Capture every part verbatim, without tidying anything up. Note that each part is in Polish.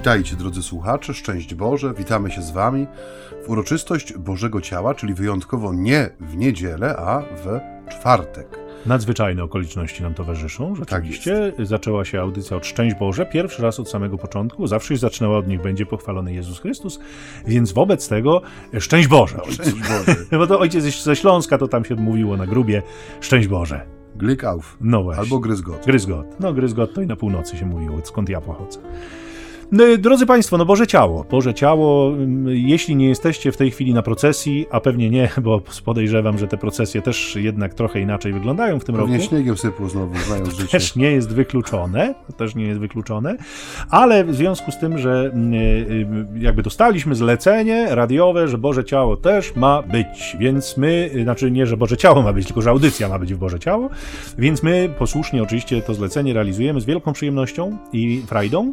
Witajcie, drodzy słuchacze, szczęść Boże, witamy się z Wami w uroczystość Bożego Ciała, czyli wyjątkowo nie w niedzielę, a w czwartek. Nadzwyczajne okoliczności nam towarzyszą, rzeczywiście. Tak zaczęła się audycja od Szczęść Boże, pierwszy raz od samego początku, zawsze się zaczynała od nich będzie pochwalony Jezus Chrystus, więc wobec tego Szczęść Boże. Szczęść Boże. Bo to ojciec ze Śląska, to tam się mówiło na grubie Szczęść Boże. Glück auf. No właśnie. Albo Grüß Gott. Grüß Gott. No Grüß Gott to i na północy się mówiło, skąd ja pochodzę. No, drodzy Państwo, no Boże Ciało, Boże Ciało, jeśli nie jesteście w tej chwili na procesji, a pewnie nie, bo podejrzewam, że te procesje też jednak trochę inaczej wyglądają w tym Pewnie roku. śniegiem sypło znowu, znając życie. Też nie jest wykluczone, to też nie jest wykluczone, ale w związku z tym, że jakby dostaliśmy zlecenie radiowe, że Boże Ciało też ma być, więc my, znaczy nie, że Boże Ciało ma być, tylko że audycja ma być w Boże Ciało, więc my posłusznie oczywiście to zlecenie realizujemy z wielką przyjemnością i frajdą.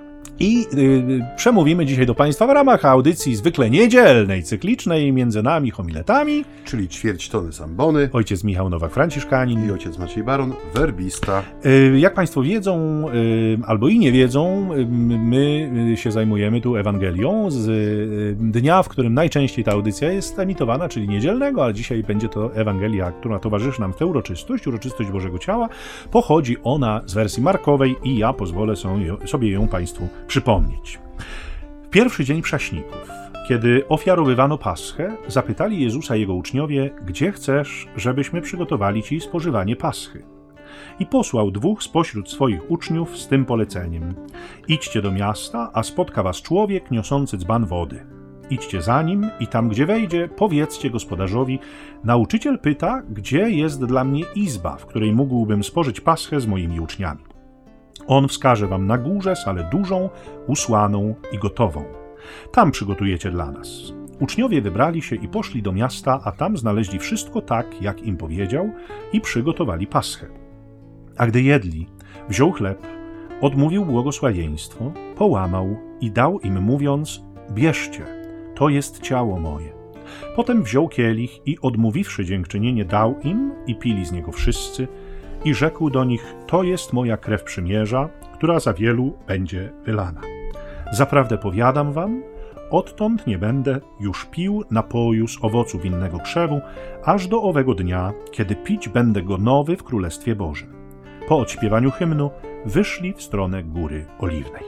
I y, przemówimy dzisiaj do Państwa w ramach audycji zwykle niedzielnej, cyklicznej, między nami homiletami. Czyli ćwierć tony sambony. Ojciec Michał Nowak-Franciszkanin. I ojciec Maciej Baron, werbista. Y, jak Państwo wiedzą, y, albo i nie wiedzą, y, my się zajmujemy tu Ewangelią z y, dnia, w którym najczęściej ta audycja jest emitowana, czyli niedzielnego, ale dzisiaj będzie to Ewangelia, która towarzyszy nam w tę uroczystość, uroczystość Bożego Ciała. Pochodzi ona z wersji markowej i ja pozwolę sobie ją Państwu przypomnieć. W pierwszy dzień Prześników, kiedy ofiarowywano Paschę, zapytali Jezusa jego uczniowie, gdzie chcesz, żebyśmy przygotowali ci spożywanie Paschy? I posłał dwóch spośród swoich uczniów z tym poleceniem. Idźcie do miasta, a spotka was człowiek niosący dzban wody. Idźcie za nim i tam, gdzie wejdzie, powiedzcie gospodarzowi, nauczyciel pyta, gdzie jest dla mnie izba, w której mógłbym spożyć Paschę z moimi uczniami. On wskaże wam na górze salę dużą, usłaną i gotową. Tam przygotujecie dla nas. Uczniowie wybrali się i poszli do miasta, a tam znaleźli wszystko tak, jak im powiedział i przygotowali Paschę. A gdy jedli, wziął chleb, odmówił błogosławieństwo, połamał i dał im mówiąc, bierzcie, to jest ciało moje. Potem wziął kielich i odmówiwszy dziękczynienie dał im i pili z niego wszyscy, i rzekł do nich, to jest moja krew przymierza, która za wielu będzie wylana. Zaprawdę powiadam wam, odtąd nie będę już pił napoju z owocu winnego krzewu, aż do owego dnia, kiedy pić będę go nowy w Królestwie Bożym. Po odśpiewaniu hymnu wyszli w stronę Góry Oliwnej.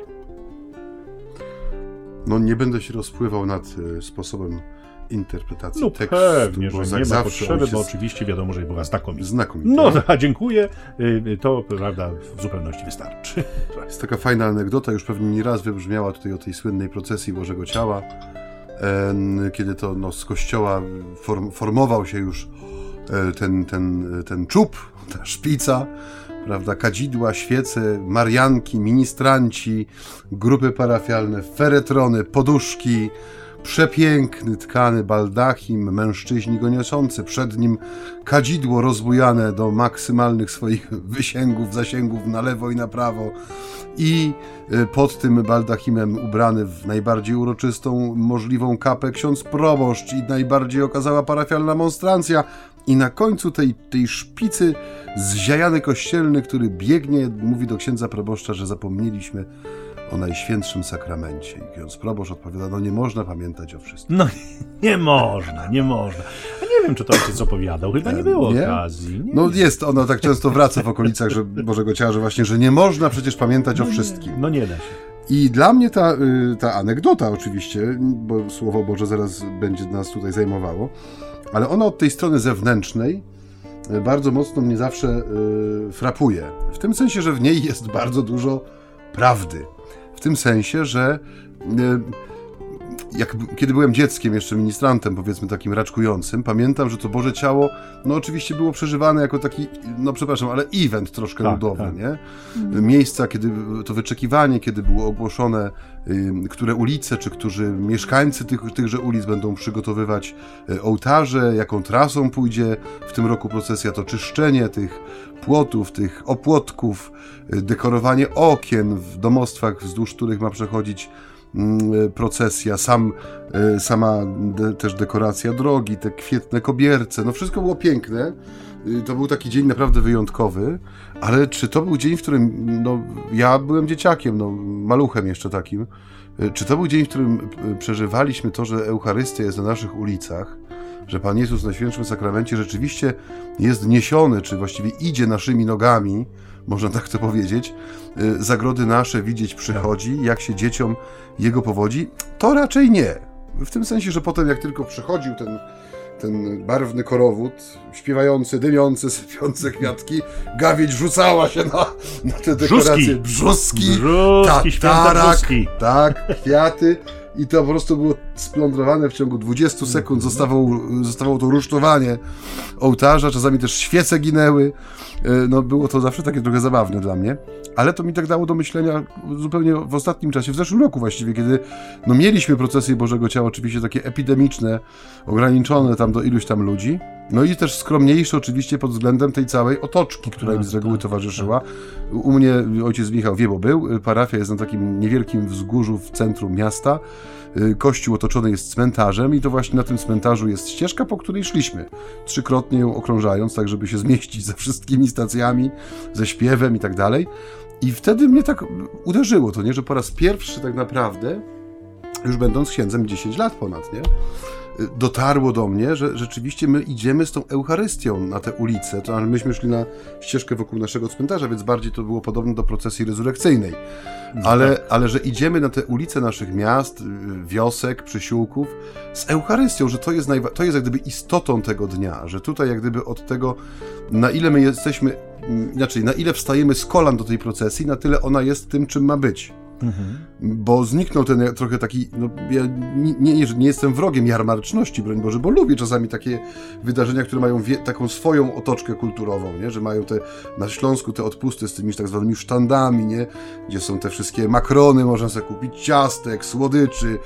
No nie będę się rozpływał nad y, sposobem interpretacji no tekstu. Pewnie, że nie ma potrzeby, ojciec... bo oczywiście wiadomo, że była znakomita. Znakomita. No, a dziękuję. To, prawda, w zupełności wystarczy. Jest taka fajna anegdota, już pewnie nie raz wybrzmiała tutaj o tej słynnej procesji Bożego Ciała, kiedy to no, z kościoła form, formował się już ten, ten, ten czub, ta szpica, prawda, kadzidła, świece, marianki, ministranci, grupy parafialne, feretrony, poduszki, przepiękny, tkany baldachim, mężczyźni go niosący, przed nim kadzidło rozbujane do maksymalnych swoich wysięgów, zasięgów na lewo i na prawo i pod tym baldachimem ubrany w najbardziej uroczystą możliwą kapę ksiądz proboszcz i najbardziej okazała parafialna monstrancja i na końcu tej, tej szpicy zziajany kościelny, który biegnie, mówi do księdza proboszcza, że zapomnieliśmy o Najświętszym Sakramencie. I ksiądz proboszcz odpowiada, no nie można pamiętać o wszystkim. No nie, nie można, nie można. A nie wiem, czy to ojciec opowiadał, chyba nie było nie? okazji. Nie no jest, ono tak często wraca w okolicach że Bożego Ciała, że właśnie, że nie można przecież pamiętać no o wszystkim. Nie, no nie da się. I dla mnie ta, ta anegdota oczywiście, bo Słowo Boże zaraz będzie nas tutaj zajmowało, ale ona od tej strony zewnętrznej bardzo mocno mnie zawsze y, frapuje. W tym sensie, że w niej jest bardzo dużo prawdy. W tym sensie, że jak, kiedy byłem dzieckiem, jeszcze ministrantem, powiedzmy takim raczkującym, pamiętam, że to Boże Ciało, no oczywiście było przeżywane jako taki, no przepraszam, ale event troszkę tak, ludowy, tak. nie? Miejsca, kiedy to wyczekiwanie, kiedy było ogłoszone, y, które ulice, czy którzy mieszkańcy tych, tychże ulic będą przygotowywać y, ołtarze, jaką trasą pójdzie w tym roku procesja, to czyszczenie tych płotów, tych opłotków, y, dekorowanie okien w domostwach, wzdłuż których ma przechodzić procesja, sam, sama de, też dekoracja drogi, te kwietne kobierce, no wszystko było piękne to był taki dzień naprawdę wyjątkowy, ale czy to był dzień, w którym no, ja byłem dzieciakiem, no, maluchem jeszcze takim, czy to był dzień, w którym przeżywaliśmy to, że Eucharystia jest na naszych ulicach, że Pan Jezus na Świętym Sakramencie rzeczywiście jest niesiony, czy właściwie idzie naszymi nogami, można tak to powiedzieć, zagrody nasze widzieć przychodzi, jak się dzieciom Jego powodzi, to raczej nie. W tym sensie, że potem jak tylko przychodził ten, ten barwny korowód, śpiewający, dymiący, sypiące kwiatki, gawieć rzucała się na, na te dekoracje. Brzuski, brzuski, tatarak, tak, kwiaty. I to po prostu było splądrowane w ciągu dwudziestu sekund, zostawało, zostawało to rusztowanie ołtarza, czasami też świece ginęły. No było to zawsze takie trochę zabawne dla mnie, ale to mi tak dało do myślenia zupełnie w ostatnim czasie, w zeszłym roku właściwie, kiedy no mieliśmy procesje Bożego Ciała, oczywiście takie epidemiczne, ograniczone tam do iluś tam ludzi, no i też skromniejsze oczywiście pod względem tej całej otoczki, która mi z reguły towarzyszyła. U mnie ojciec Michał wie, bo był, parafia jest na takim niewielkim wzgórzu w centrum miasta, kościół otoczony jest cmentarzem i to właśnie na tym cmentarzu jest ścieżka, po której szliśmy, trzykrotnie ją okrążając, tak żeby się zmieścić ze wszystkimi stacjami, ze śpiewem i tak dalej. I wtedy mnie tak uderzyło to, nie, że po raz pierwszy tak naprawdę, już będąc księdzem dziesięć lat ponad, nie, dotarło do mnie, że rzeczywiście my idziemy z tą Eucharystią na te ulice. To myśmy szli na ścieżkę wokół naszego cmentarza, więc bardziej to było podobne do procesji rezurekcyjnej. Ale, ale że idziemy na te ulice naszych miast, wiosek, przysiłków z Eucharystią, że to jest, najwa- to jest jak gdyby istotą tego dnia, że tutaj jak gdyby od tego, na ile my jesteśmy, inaczej, na ile wstajemy z kolan do tej procesji, na tyle ona jest tym, czym ma być. Mhm. Bo zniknął ten trochę taki, no ja nie, nie, nie jestem wrogiem jarmarczności, broń Boże, bo lubię czasami takie wydarzenia, które mają wie, taką swoją otoczkę kulturową, nie? Że mają te, na Śląsku te odpusty z tymi tak zwanymi sztandami, nie? Gdzie są te wszystkie makrony, można sobie kupić ciastek, słodyczy,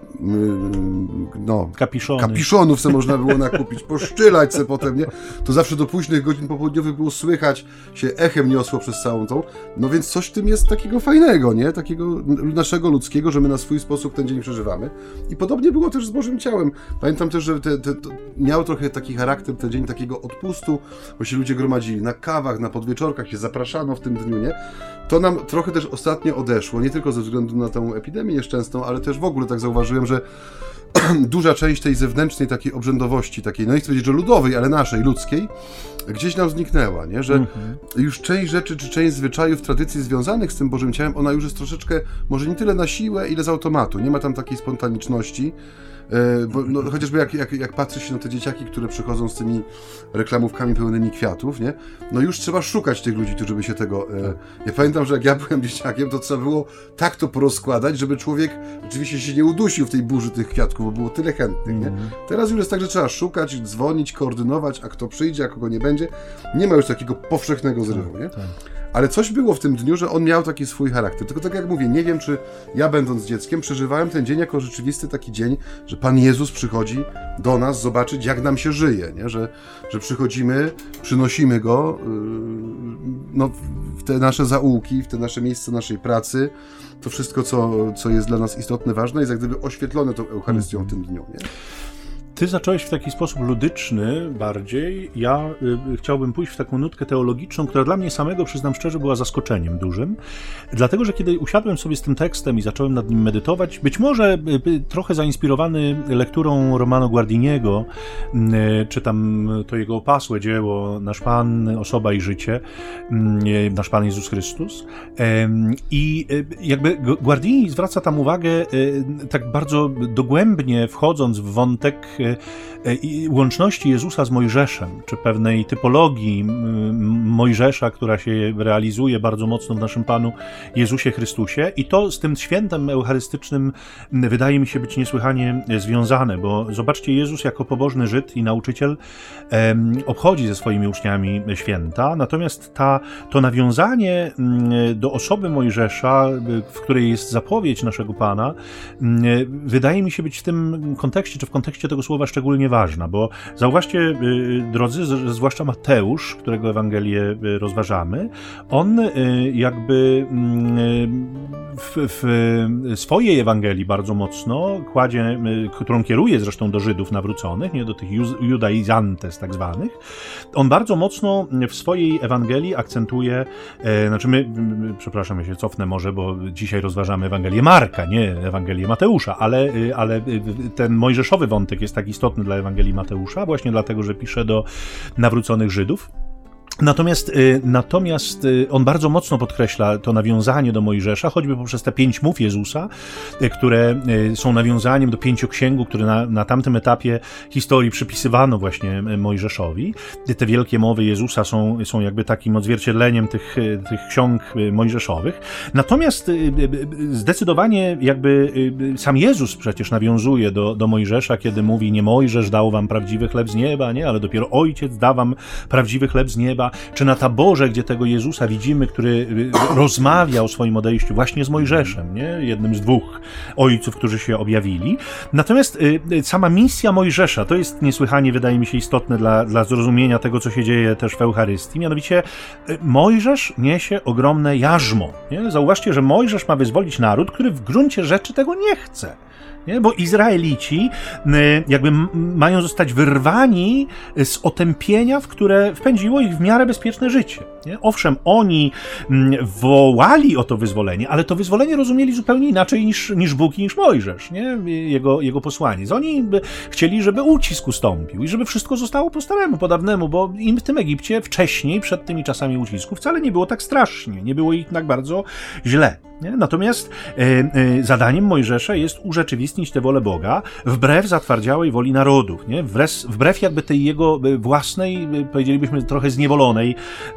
no, Kapiszony. kapiszonów se można było nakupić, poszczylać se potem, nie? To zawsze do późnych godzin popołudniowych było słychać, się echem niosło przez całą tą, no więc coś w tym jest takiego fajnego, nie? Takiego naszego ludzkiego, że my na swój sposób ten dzień przeżywamy. I podobnie było też z Bożym Ciałem. Pamiętam też, że te, te, to miał trochę taki charakter ten dzień takiego odpustu, bo się ludzie gromadzili na kawach, na podwieczorkach, się zapraszano w tym dniu, nie? To nam trochę też ostatnio odeszło, nie tylko ze względu na tę epidemię nieszczęsną, ale też w ogóle tak zauważyłem, że duża część tej zewnętrznej takiej obrzędowości, takiej, no nie chcę powiedzieć, że ludowej, ale naszej, ludzkiej, gdzieś nam zniknęła, nie? Że mm-hmm. już część rzeczy, czy część zwyczajów, tradycji związanych z tym Bożym Ciałem, ona już jest troszeczkę, może nie tyle na siłę, ile z automatu. Nie ma tam takiej spontaniczności. Bo, no, chociażby jak, jak, jak patrzy się na te dzieciaki, które przychodzą z tymi reklamówkami pełnymi kwiatów, nie? No już trzeba szukać tych ludzi, którzy by się tego... E... Ja pamiętam, że jak ja byłem dzieciakiem, to trzeba było tak to porozkładać, żeby człowiek rzeczywiście się nie udusił w tej burzy tych kwiatków, bo było tyle chętnych, nie? Mm. Teraz już jest tak, że trzeba szukać, dzwonić, koordynować, a kto przyjdzie, a kogo nie będzie. Nie ma już takiego powszechnego zrywu, nie? Tak. Ale coś było w tym dniu, że on miał taki swój charakter. Tylko tak jak mówię, nie wiem, czy ja będąc dzieckiem przeżywałem ten dzień jako rzeczywisty taki dzień, że Pan Jezus przychodzi do nas zobaczyć, jak nam się żyje, nie? Że, że przychodzimy, przynosimy Go yy, no, w te nasze zaułki, w te nasze miejsce naszej pracy. To wszystko, co, co jest dla nas istotne, ważne, jest jak gdyby oświetlone tą Eucharystią mm. w tym dniu, nie? Ty zacząłeś w taki sposób ludyczny bardziej. Ja y, chciałbym pójść w taką nutkę teologiczną, która dla mnie samego, przyznam szczerze, była zaskoczeniem dużym. Dlatego, że kiedy usiadłem sobie z tym tekstem i zacząłem nad nim medytować, być może y, trochę zainspirowany lekturą Romano Guardiniego, y, czy tam to jego opasłe dzieło Nasz Pan, Osoba i Życie, y, Nasz Pan Jezus Chrystus. Y, I y, jakby Guardini zwraca tam uwagę y, tak bardzo dogłębnie wchodząc w wątek i łączności Jezusa z Mojżeszem, czy pewnej typologii Mojżesza, która się realizuje bardzo mocno w naszym Panu Jezusie Chrystusie, i to z tym świętem eucharystycznym wydaje mi się być niesłychanie związane, bo zobaczcie, Jezus jako pobożny Żyd i nauczyciel obchodzi ze swoimi uczniami święta, natomiast ta, to nawiązanie do osoby Mojżesza, w której jest zapowiedź naszego Pana, wydaje mi się być w tym kontekście, czy w kontekście tego słowa słowa szczególnie ważna, bo zauważcie, drodzy, zwłaszcza Mateusz, którego Ewangelię rozważamy, on jakby w, w swojej Ewangelii bardzo mocno kładzie, którą kieruje zresztą do Żydów nawróconych, nie do tych judaizantes tak zwanych, on bardzo mocno w swojej Ewangelii akcentuje, e, znaczy my, przepraszam, ja się cofnę może, bo dzisiaj rozważamy Ewangelię Marka, nie Ewangelię Mateusza, ale, ale ten mojżeszowy wątek jest tak istotny dla Ewangelii Mateusza, właśnie dlatego, że pisze do nawróconych Żydów. Natomiast, natomiast on bardzo mocno podkreśla to nawiązanie do Mojżesza, choćby poprzez te pięć mów Jezusa, które są nawiązaniem do pięcioksięgu, które na, na tamtym etapie historii przypisywano właśnie Mojżeszowi. Te wielkie mowy Jezusa są, są jakby takim odzwierciedleniem tych, tych ksiąg mojżeszowych. Natomiast zdecydowanie jakby sam Jezus przecież nawiązuje do, do Mojżesza, kiedy mówi: nie Mojżesz dał wam prawdziwy chleb z nieba, nie, ale dopiero Ojciec da wam prawdziwy chleb z nieba. Czy na taborze, gdzie tego Jezusa widzimy, który rozmawia o swoim odejściu właśnie z Mojżeszem, nie? Jednym z dwóch ojców, którzy się objawili. Natomiast y, sama misja Mojżesza, to jest niesłychanie, wydaje mi się, istotne dla, dla zrozumienia tego, co się dzieje też w Eucharystii. Mianowicie y, Mojżesz niesie ogromne jarzmo. Nie? Zauważcie, że Mojżesz ma wyzwolić naród, który w gruncie rzeczy tego nie chce. Nie? Bo Izraelici jakby mają zostać wyrwani z otępienia, w które wpędziło ich w miarę bezpieczne życie. Nie? Owszem, oni wołali o to wyzwolenie, ale to wyzwolenie rozumieli zupełnie inaczej niż, niż Bóg i niż Mojżesz, nie? Jego, jego posłaniec. Oni chcieli, żeby ucisk ustąpił i żeby wszystko zostało po staremu, po dawnemu, bo im w tym Egipcie wcześniej, przed tymi czasami ucisku, wcale nie było tak strasznie, nie było ich tak bardzo źle. Nie? Natomiast e, e, zadaniem Mojżesza jest urzeczywistnić tę wolę Boga wbrew zatwardziałej woli narodów, nie? Wbrew, wbrew jakby tej jego własnej, powiedzielibyśmy trochę zniewolonej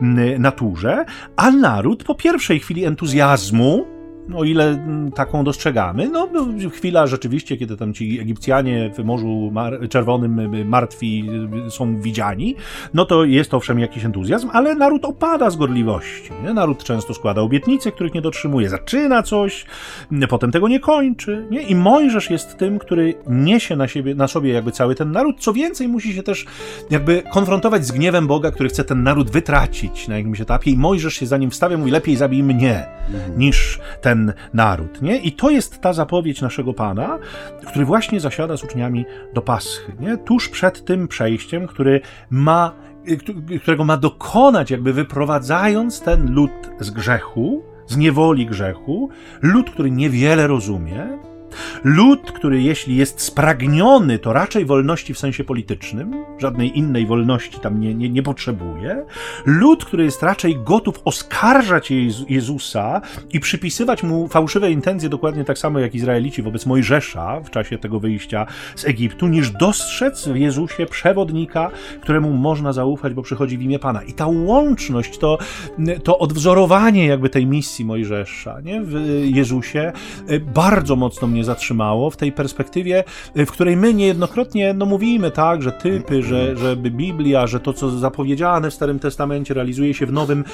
naturze, a naród po pierwszej chwili entuzjazmu, o ile taką dostrzegamy, no chwila rzeczywiście, kiedy tam ci Egipcjanie w Morzu Mar- Czerwonym martwi są widziani, no to jest owszem jakiś entuzjazm, ale naród opada z gorliwości. Nie? Naród często składa obietnice, których nie dotrzymuje, zaczyna coś, potem tego nie kończy. Nie? I Mojżesz jest tym, który niesie na, siebie, na sobie jakby cały ten naród. Co więcej, musi się też jakby konfrontować z gniewem Boga, który chce ten naród wytracić na jakimś etapie, i Mojżesz się za nim wstawia, mówi: lepiej zabij mnie, mhm. niż ten ten naród, nie? I to jest ta zapowiedź naszego Pana, który właśnie zasiada z uczniami do Paschy, nie? Tuż przed tym przejściem, który ma, którego ma dokonać, jakby wyprowadzając ten lud z grzechu, z niewoli grzechu, lud, który niewiele rozumie, lud, który jeśli jest spragniony, to raczej wolności w sensie politycznym, żadnej innej wolności tam nie, nie, nie potrzebuje, lud, który jest raczej gotów oskarżać Jezusa i przypisywać mu fałszywe intencje, dokładnie tak samo jak Izraelici wobec Mojżesza w czasie tego wyjścia z Egiptu, niż dostrzec w Jezusie przewodnika, któremu można zaufać, bo przychodzi w imię Pana. I ta łączność, to, to odwzorowanie jakby tej misji Mojżesza, nie? W Jezusie bardzo mocno mnie zatrzymało w tej perspektywie, w której my niejednokrotnie no, mówimy, tak, że typy, że, że Biblia, że to, co zapowiedziane w Starym Testamencie, realizuje się w Nowym.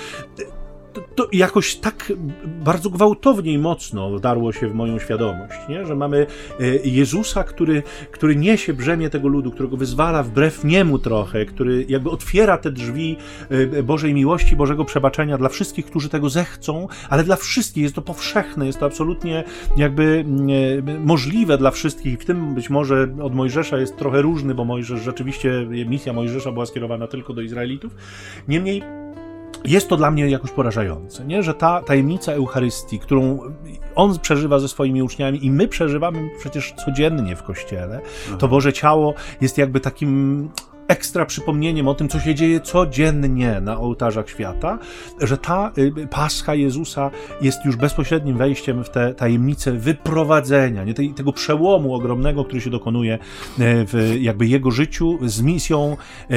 To, to jakoś tak bardzo gwałtownie i mocno wdarło się w moją świadomość, nie? Że mamy Jezusa, który, który niesie brzemię tego ludu, którego wyzwala wbrew niemu trochę, który jakby otwiera te drzwi Bożej miłości, Bożego przebaczenia dla wszystkich, którzy tego zechcą, ale dla wszystkich jest to powszechne, jest to absolutnie jakby możliwe dla wszystkich. W tym być może od Mojżesza jest trochę różny, bo Mojżesz rzeczywiście, misja Mojżesza była skierowana tylko do Izraelitów. Niemniej jest to dla mnie jakoś porażające, nie? Że ta tajemnica Eucharystii, którą on przeżywa ze swoimi uczniami i my przeżywamy przecież codziennie w Kościele, Aha. to Boże Ciało jest jakby takim ekstra przypomnieniem o tym, co się dzieje codziennie na ołtarzach świata, że ta Pascha Jezusa jest już bezpośrednim wejściem w tę tajemnicę wyprowadzenia, nie? Tej, tego przełomu ogromnego, który się dokonuje w jakby jego życiu z misją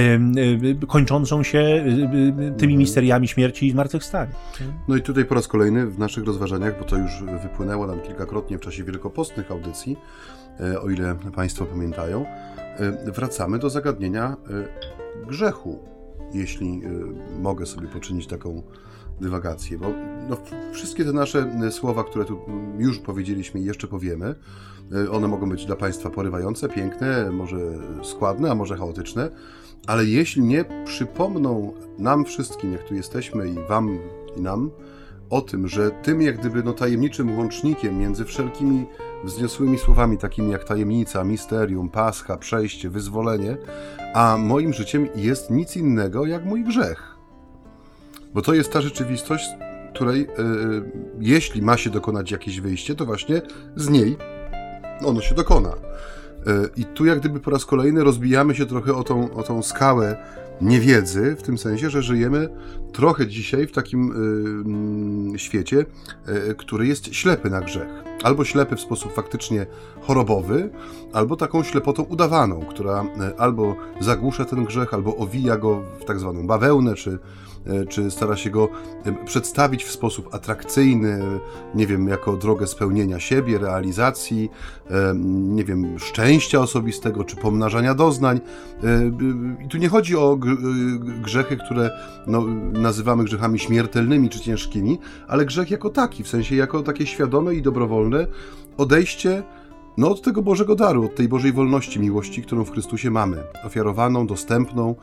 kończącą się tymi misteriami śmierci i zmartwychwstania. No i tutaj po raz kolejny w naszych rozważaniach, bo to już wypłynęło nam kilkakrotnie w czasie wielkopostnych audycji, o ile Państwo pamiętają, wracamy do zagadnienia grzechu, jeśli mogę sobie poczynić taką dywagację, bo no, wszystkie te nasze słowa, które tu już powiedzieliśmy i jeszcze powiemy, one mogą być dla Państwa porywające, piękne, może składne, a może chaotyczne, ale jeśli nie przypomną nam wszystkim, jak tu jesteśmy i Wam i nam, o tym, że tym jak gdyby no, tajemniczym łącznikiem między wszelkimi wzniosłymi słowami, takimi jak tajemnica, misterium, pascha, przejście, wyzwolenie, a moim życiem jest nic innego jak mój grzech. Bo to jest ta rzeczywistość, której yy, jeśli ma się dokonać jakieś wyjście, to właśnie z niej ono się dokona. Yy, I tu jak gdyby po raz kolejny rozbijamy się trochę o tą, o tą skałę niewiedzy, w tym sensie, że żyjemy trochę dzisiaj w takim y, świecie, y, który jest ślepy na grzech. Albo ślepy w sposób faktycznie chorobowy, albo taką ślepotą udawaną, która y, albo zagłusza ten grzech, albo owija go w tak zwaną bawełnę, czy, y, czy stara się go y, przedstawić w sposób atrakcyjny, nie wiem, jako drogę spełnienia siebie, realizacji, y, nie wiem, szczęścia osobistego, czy pomnażania doznań. I y, y, tu nie chodzi o grzechy, które no, nazywamy grzechami śmiertelnymi czy ciężkimi, ale grzech jako taki, w sensie jako takie świadome i dobrowolne odejście no, od tego Bożego daru, od tej Bożej wolności, miłości, którą w Chrystusie mamy, ofiarowaną, dostępną,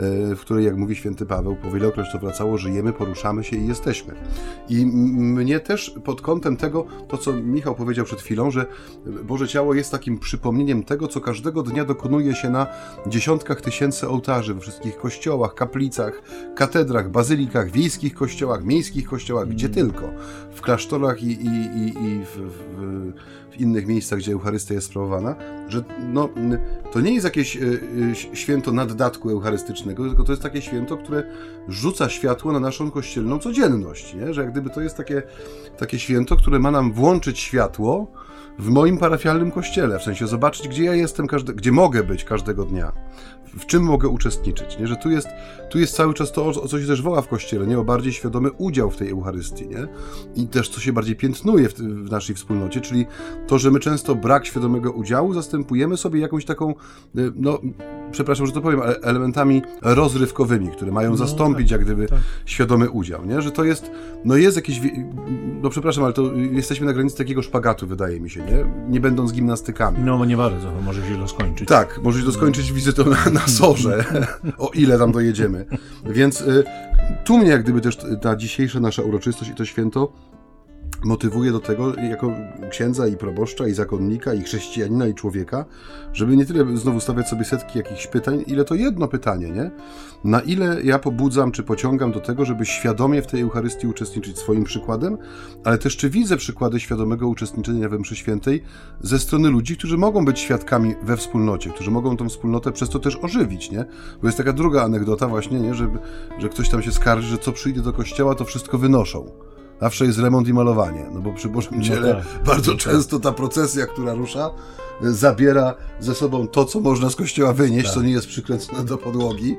w której, jak mówi święty Paweł, po wielokroć to wracało, żyjemy, poruszamy się i jesteśmy. I mnie też pod kątem tego, to co Michał powiedział przed chwilą, że Boże Ciało jest takim przypomnieniem tego, co każdego dnia dokonuje się na dziesiątkach tysięcy ołtarzy, we wszystkich kościołach, kaplicach, katedrach, bazylikach, wiejskich kościołach, miejskich kościołach, mm. gdzie tylko, w klasztorach i, i, i, i w, w, w innych miejscach, gdzie Eucharystia jest sprawowana, że no, to nie jest jakieś święto naddatku eucharystycznego, tylko to jest takie święto, które rzuca światło na naszą kościelną codzienność, nie? Że jak gdyby to jest takie, takie święto, które ma nam włączyć światło w moim parafialnym kościele, w sensie zobaczyć, gdzie ja jestem, każde, gdzie mogę być każdego dnia, w czym mogę uczestniczyć, nie? Że tu jest, tu jest cały czas to, o co się też woła w kościele, nie? O bardziej świadomy udział w tej Eucharystii, nie? I też co się bardziej piętnuje w, w naszej wspólnocie, czyli to, że my często brak świadomego udziału zastępujemy sobie jakąś taką, no, przepraszam, że to powiem, ale elementami rozrywkowymi, które mają no, zastąpić tak, jak gdyby tak. świadomy udział, nie? Że to jest, no jest jakieś, no przepraszam, ale to jesteśmy na granicy takiego szpagatu, wydaje mi się, nie? Nie będąc gimnastykami. No, nie bardzo, może się to skończyć. Tak, może się to skończyć wizytą na, na sorze, o ile tam dojedziemy. Więc y, tu mnie jak gdyby też ta dzisiejsza nasza uroczystość i to święto motywuje do tego, jako księdza i proboszcza, i zakonnika, i chrześcijanina, i człowieka, żeby nie tyle znowu stawiać sobie setki jakichś pytań, ile to jedno pytanie, nie? Na ile ja pobudzam, czy pociągam do tego, żeby świadomie w tej Eucharystii uczestniczyć swoim przykładem, ale też czy widzę przykłady świadomego uczestniczenia we mszy świętej ze strony ludzi, którzy mogą być świadkami we wspólnocie, którzy mogą tą wspólnotę przez to też ożywić, nie? Bo jest taka druga anegdota właśnie, nie? Że, że ktoś tam się skarży, że co przyjdzie do kościoła, to wszystko wynoszą. Zawsze jest remont i malowanie, no bo przy Bożym Ciele no tak, bardzo no często ta procesja, która rusza, zabiera ze sobą to, co można z kościoła wynieść, tak. co nie jest przykręcone do podłogi.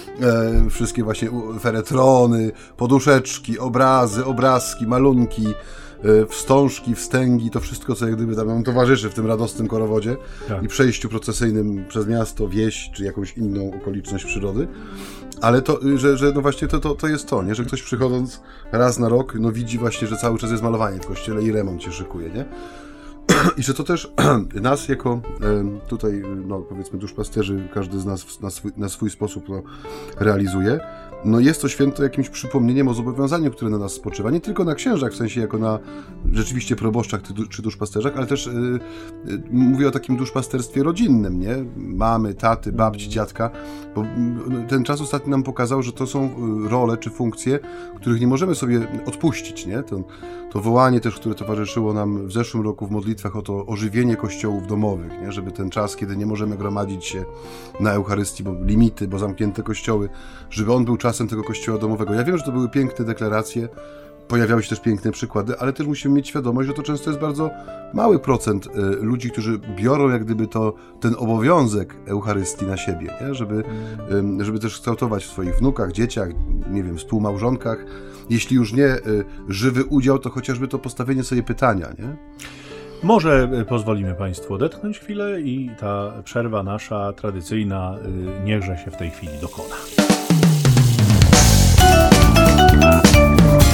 E, wszystkie właśnie feretrony, poduszeczki, obrazy, obrazki, malunki, e, wstążki, wstęgi, to wszystko, co jak gdyby tam nam towarzyszy w tym radosnym korowodzie tak. i przejściu procesyjnym przez miasto, wieś, czy jakąś inną okoliczność przyrody. Ale to, że, że no właśnie to, to, to jest to, nie? Że ktoś przychodząc raz na rok, no widzi właśnie, że cały czas jest malowanie w kościele i remont się szykuje, nie? I że to też nas jako tutaj, no powiedzmy duszpasterzy, każdy z nas na swój, na swój sposób no, realizuje, no jest to święto jakimś przypomnieniem o zobowiązaniu, które na nas spoczywa, nie tylko na księżach, w sensie jako na rzeczywiście proboszczach czy duszpasterzach, ale też yy, mówię o takim duszpasterstwie rodzinnym, nie? Mamy, taty, babci, dziadka, bo ten czas ostatni nam pokazał, że to są role czy funkcje, których nie możemy sobie odpuścić, nie? To, to wołanie też, które towarzyszyło nam w zeszłym roku w modlitwach o to ożywienie kościołów domowych, nie? Żeby ten czas, kiedy nie możemy gromadzić się na Eucharystii, bo limity, bo zamknięte kościoły, żeby on był czasem tego kościoła domowego. Ja wiem, że to były piękne deklaracje, pojawiały się też piękne przykłady, ale też musimy mieć świadomość, że to często jest bardzo mały procent y, ludzi, którzy biorą jak gdyby to, ten obowiązek Eucharystii na siebie, nie? Żeby, y, żeby też kształtować w swoich wnukach, dzieciach, nie wiem, współmałżonkach. Jeśli już nie y, żywy udział, to chociażby to postawienie sobie pytania, nie? Może pozwolimy Państwu odetchnąć chwilę i ta przerwa nasza tradycyjna y, niechże się w tej chwili dokona.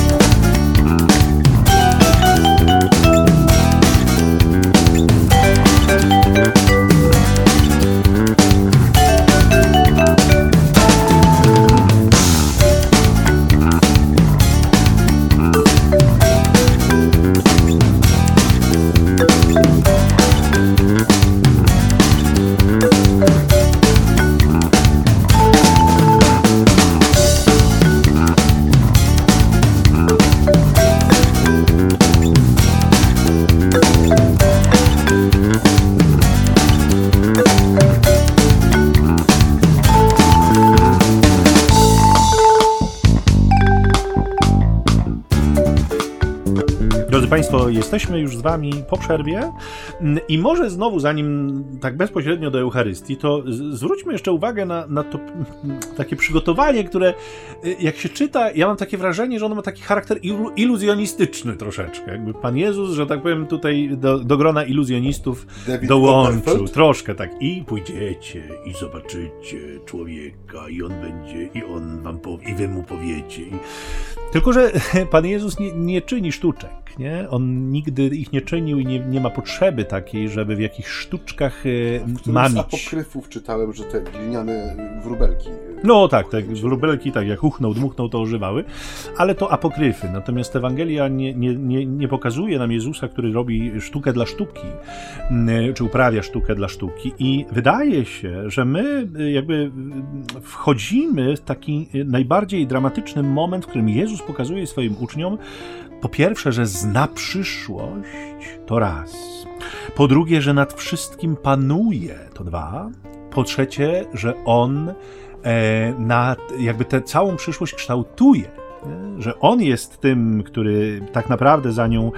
Drodzy Państwo, jesteśmy już z Wami po przerwie i może znowu, zanim tak bezpośrednio do Eucharystii, to zwróćmy jeszcze uwagę na, na to takie przygotowanie, które jak się czyta, ja mam takie wrażenie, że ono ma taki charakter ilu, iluzjonistyczny troszeczkę. Jakby Pan Jezus, że tak powiem, tutaj do, do grona iluzjonistów David dołączył. Copperfield? Troszkę tak. I pójdziecie i zobaczycie człowieka i on będzie, i on wam powie, i wy mu powiecie. I... Tylko, że Pan Jezus nie, nie czyni sztuczek, nie? On nigdy ich nie czynił i nie, nie ma potrzeby takiej, żeby w jakichś sztuczkach Z mamić. apokryfów czytałem, że te gliniane wróbelki. No tak, tak, wróbelki tak jak uchnął, dmuchnął, to ożywały, ale to apokryfy. Natomiast Ewangelia nie, nie, nie, nie pokazuje nam Jezusa, który robi sztukę dla sztuki, czy uprawia sztukę dla sztuki i wydaje się, że my jakby wchodzimy w taki najbardziej dramatyczny moment, w którym Jezus pokazuje swoim uczniom, po pierwsze, że zna przyszłość, to raz. Po drugie, że nad wszystkim panuje, to dwa. Po trzecie, że On e, nad, jakby tę całą przyszłość kształtuje. Nie? Że On jest tym, który tak naprawdę za nią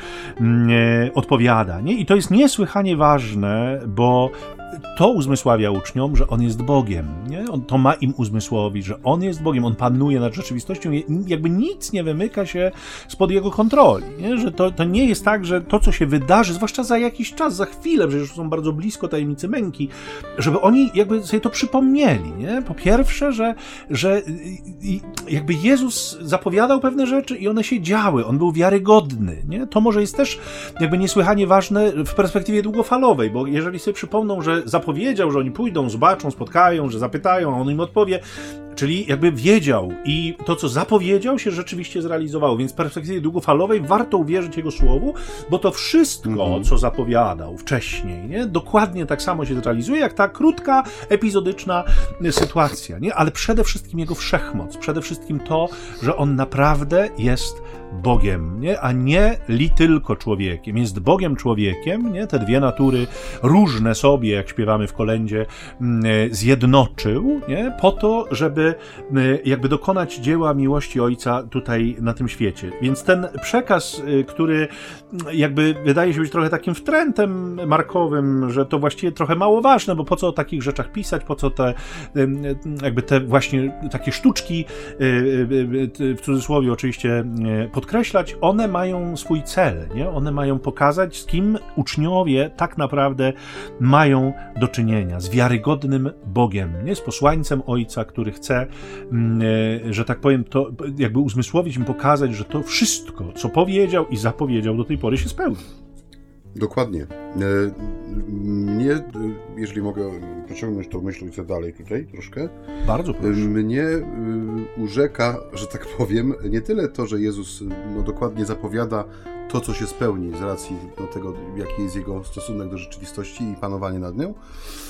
e, odpowiada. Nie? I to jest niesłychanie ważne, bo to uzmysławia uczniom, że On jest Bogiem. Nie? On, to ma im uzmysłowić, że On jest Bogiem, On panuje nad rzeczywistością, jakby nic nie wymyka się spod Jego kontroli. Nie? Że to, to nie jest tak, że to, co się wydarzy, zwłaszcza za jakiś czas, za chwilę, przecież są bardzo blisko tajemnicy męki, żeby oni jakby sobie to przypomnieli. Nie? Po pierwsze, że, że jakby Jezus zapowiadał pewne rzeczy i one się działy. On był wiarygodny. Nie? To może jest też jakby niesłychanie ważne w perspektywie długofalowej, bo jeżeli sobie przypomną, że zapowiedział, że oni pójdą, zobaczą, spotkają, że zapytają, a on im odpowie, czyli jakby wiedział i to, co zapowiedział, się rzeczywiście zrealizowało, więc w perspektywie długofalowej warto uwierzyć jego słowu, bo to wszystko, mm-hmm. co zapowiadał wcześniej, nie? Dokładnie tak samo się zrealizuje, jak ta krótka, epizodyczna sytuacja, nie? Ale przede wszystkim jego wszechmoc, przede wszystkim to, że on naprawdę jest Bogiem, nie? A nie li tylko człowiekiem. Jest Bogiem człowiekiem, nie? Te dwie natury różne sobie, jak śpiewamy w kolędzie, zjednoczył, nie? Po to, żeby jakby dokonać dzieła miłości Ojca tutaj na tym świecie. Więc ten przekaz, który jakby wydaje się być trochę takim wtrętem markowym, że to właściwie trochę mało ważne, bo po co o takich rzeczach pisać, po co te jakby te właśnie takie sztuczki, w cudzysłowie oczywiście, podkreślać, one mają swój cel, nie? One mają pokazać, z kim uczniowie tak naprawdę mają do czynienia, z wiarygodnym Bogiem, nie? Z posłańcem Ojca, który chce, że tak powiem, to jakby uzmysłowić im, pokazać, że to wszystko, co powiedział i zapowiedział do tej pory, się spełni. Dokładnie. Mnie, jeżeli mogę pociągnąć tą myśl dalej tutaj troszkę. Bardzo proszę. Mnie urzeka, że tak powiem, nie tyle to, że Jezus no, dokładnie zapowiada to, co się spełni z racji no, tego, jaki jest jego stosunek do rzeczywistości i panowanie nad nią,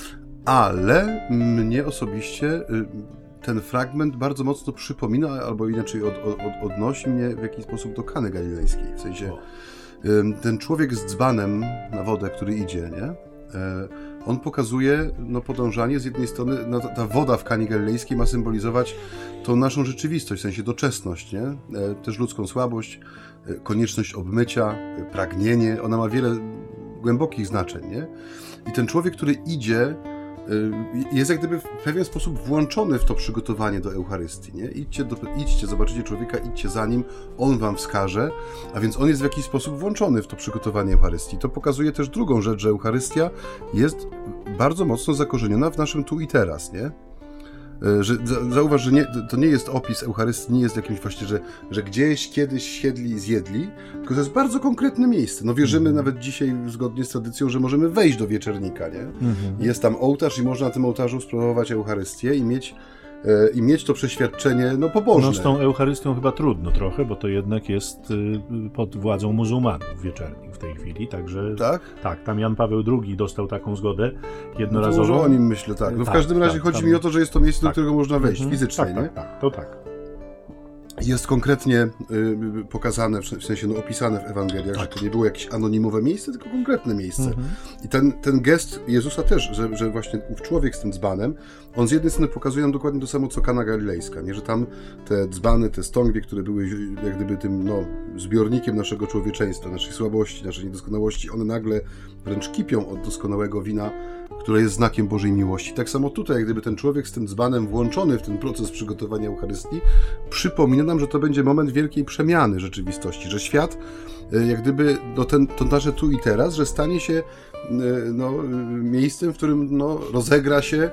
ale mnie osobiście ten fragment bardzo mocno przypomina, albo inaczej od, od, odnosi mnie w jakiś sposób do Kany Galilejskiej. W sensie ten człowiek z dzbanem na wodę, który idzie, nie? On pokazuje no, podążanie z jednej strony, no, ta, ta woda w Kanie Galilejskiej ma symbolizować tą naszą rzeczywistość, w sensie doczesność, nie? Też ludzką słabość, konieczność obmycia, pragnienie, ona ma wiele głębokich znaczeń, nie? I ten człowiek, który idzie, jest jak gdyby w pewien sposób włączony w to przygotowanie do Eucharystii, nie? Idźcie, do, idźcie, zobaczycie człowieka, idźcie za nim, on wam wskaże, a więc on jest w jakiś sposób włączony w to przygotowanie Eucharystii. To pokazuje też drugą rzecz, że Eucharystia jest bardzo mocno zakorzeniona w naszym tu i teraz, nie? Że, zauważ, że nie, to nie jest opis Eucharystii, nie jest jakimś właśnie, że, że gdzieś kiedyś siedli i zjedli, tylko to jest bardzo konkretne miejsce. No wierzymy mm. nawet dzisiaj, zgodnie z tradycją, że możemy wejść do wieczernika, nie? Mm-hmm. Jest tam ołtarz i można na tym ołtarzu sprawować Eucharystię i mieć i mieć to przeświadczenie, no pobożne. No z tą Eucharystią chyba trudno trochę, bo to jednak jest pod władzą muzułmanów wieczernik w tej chwili, także... Tak? Tak, tam Jan Paweł drugi dostał taką zgodę jednorazową. No to może o nim myślę, tak. No w tak, każdym razie tak, chodzi tam... mi o to, że jest to miejsce, tak. do którego można wejść mhm. fizycznie, tak, nie? Tak, tak, to tak. jest konkretnie y, pokazane, w sensie no, opisane w Ewangeliach, tak. że to nie było jakieś anonimowe miejsce, tylko konkretne miejsce. Mhm. I ten, ten gest Jezusa też, że, że właśnie ów człowiek z tym dzbanem, on z jednej strony pokazuje nam dokładnie to samo, co Kana Galilejska, nie? Że tam te dzbany, te stągwie, które były jak gdyby tym no, zbiornikiem naszego człowieczeństwa, naszej słabości, naszej niedoskonałości, one nagle wręcz kipią od doskonałego wina, które jest znakiem Bożej miłości. Tak samo tutaj, jak gdyby ten człowiek z tym dzbanem włączony w ten proces przygotowania Eucharystii, przypomina nam, że to będzie moment wielkiej przemiany rzeczywistości, że świat, jak gdyby, no ten, to nasze tu i teraz, że stanie się no, miejscem, w którym no, rozegra się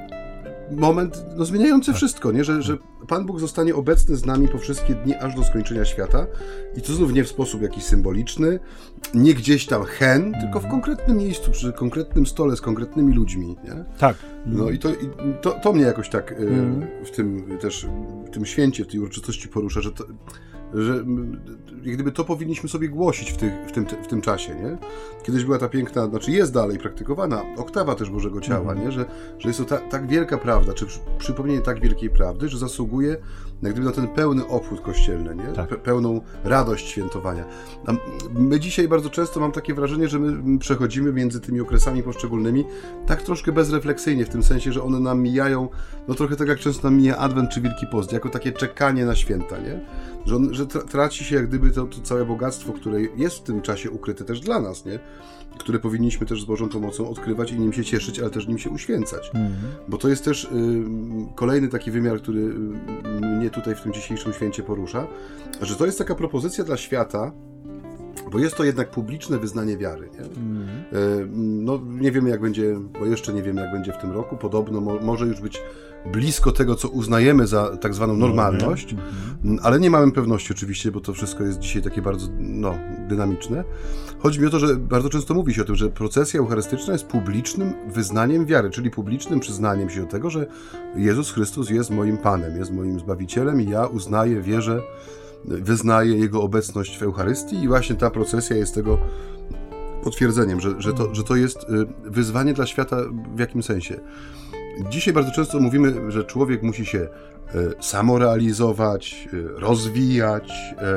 moment no, zmieniający wszystko, nie? Że, że Pan Bóg zostanie obecny z nami po wszystkie dni, aż do skończenia świata i to znów nie w sposób jakiś symboliczny, nie gdzieś tam hen, tylko w konkretnym miejscu, przy konkretnym stole z konkretnymi ludźmi, nie? Tak. No i to, i to, to mnie jakoś tak mm. w tym też, w tym święcie, w tej uroczystości porusza, że to, że jak gdyby to powinniśmy sobie głosić w, tych, w, tym, w tym czasie, nie? Kiedyś była ta piękna, znaczy jest dalej praktykowana oktawa też Bożego Ciała, mm. nie? Że, że jest to ta, tak wielka prawda, czy przypomnienie tak wielkiej prawdy, że zasługuje jak gdyby na ten pełny obchód kościelny, nie? Tak. Pe- pełną radość świętowania. A my dzisiaj bardzo często mam takie wrażenie, że my przechodzimy między tymi okresami poszczególnymi tak troszkę bezrefleksyjnie, w tym sensie, że one nam mijają, no trochę tak jak często nam mija Adwent czy Wielki Post, jako takie czekanie na święta, nie? Że, on, że traci się jak gdyby to, to całe bogactwo, które jest w tym czasie ukryte też dla nas, nie? Które powinniśmy też z Bożą pomocą odkrywać i nim się cieszyć, ale też nim się uświęcać. Mm. Bo to jest też y, kolejny taki wymiar, który y, mnie tutaj w tym dzisiejszym święcie porusza, że to jest taka propozycja dla świata, bo jest to jednak publiczne wyznanie wiary. Nie? Mm. Y, no nie wiemy jak będzie, bo jeszcze nie wiemy jak będzie w tym roku, podobno mo- może już być blisko tego, co uznajemy za tak zwaną normalność, mm-hmm. ale nie mamy pewności oczywiście, bo to wszystko jest dzisiaj takie bardzo no, dynamiczne. Chodzi mi o to, że bardzo często mówi się o tym, że procesja eucharystyczna jest publicznym wyznaniem wiary, czyli publicznym przyznaniem się do tego, że Jezus Chrystus jest moim Panem, jest moim Zbawicielem i ja uznaję, wierzę, wyznaję Jego obecność w Eucharystii i właśnie ta procesja jest tego potwierdzeniem, że, że, to, że to jest wyzwanie dla świata w jakim sensie. Dzisiaj bardzo często mówimy, że człowiek musi się samorealizować, rozwijać,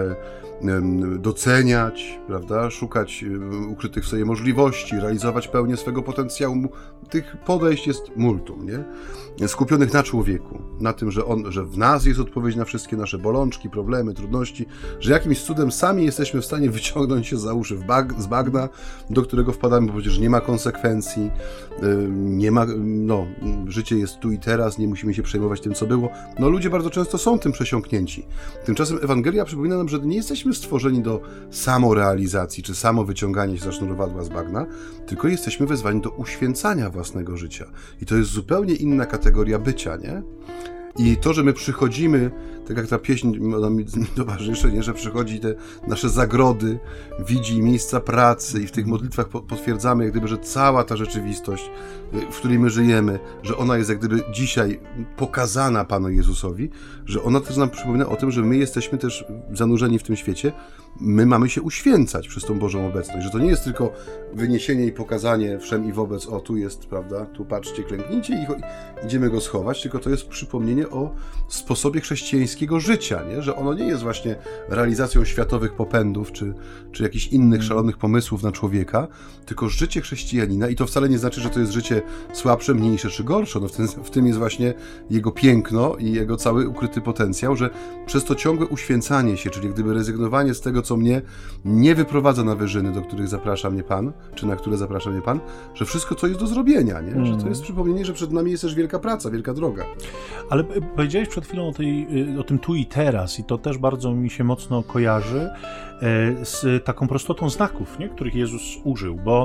doceniać, prawda, szukać ukrytych w sobie możliwości, realizować pełnię swego potencjału. Tych podejść jest multum, nie? Skupionych na człowieku, na tym, że on, że w nas jest odpowiedź na wszystkie nasze bolączki, problemy, trudności, że jakimś cudem sami jesteśmy w stanie wyciągnąć się za uszy w bag- z bagna, do którego wpadamy, bo przecież nie ma konsekwencji, nie ma, no, życie jest tu i teraz, nie musimy się przejmować tym, co było. No ludzie bardzo często są tym przesiąknięci. Tymczasem Ewangelia przypomina nam, że nie jesteśmy stworzeni do samorealizacji, czy samowyciągania się za sznurowadła z bagna, tylko jesteśmy wezwani do uświęcania własnego życia. I to jest zupełnie inna kategoria bycia, nie? I to, że my przychodzimy, tak jak ta pieśń ona mi towarzyszy, nie? Że przychodzi te nasze zagrody, widzi miejsca pracy i w tych modlitwach potwierdzamy, jak gdyby, że cała ta rzeczywistość, w której my żyjemy, że ona jest jak gdyby dzisiaj pokazana Panu Jezusowi, że ona też nam przypomina o tym, że my jesteśmy też zanurzeni w tym świecie, my mamy się uświęcać przez tą Bożą obecność, że to nie jest tylko wyniesienie i pokazanie wszem i wobec, o tu jest, prawda, tu patrzcie, klęknijcie i idziemy go schować, tylko to jest przypomnienie o sposobie chrześcijańskiego życia, nie? Że ono nie jest właśnie realizacją światowych popędów, czy, czy jakichś innych szalonych pomysłów na człowieka, tylko życie chrześcijanina i to wcale nie znaczy, że to jest życie słabsze, mniejsze czy gorsze, no w tym, w tym jest właśnie jego piękno i jego cały ukryty potencjał, że przez to ciągłe uświęcanie się, czyli gdyby rezygnowanie z tego, co mnie nie wyprowadza na wyżyny, do których zaprasza mnie Pan, czy na które zaprasza mnie Pan, że wszystko to jest do zrobienia, nie? Że to jest przypomnienie, że przed nami jest też wielka praca, wielka droga. Ale powiedziałeś przed chwilą o, tej, o tym tu i teraz i to też bardzo mi się mocno kojarzy z taką prostotą znaków, nie? Których Jezus użył, bo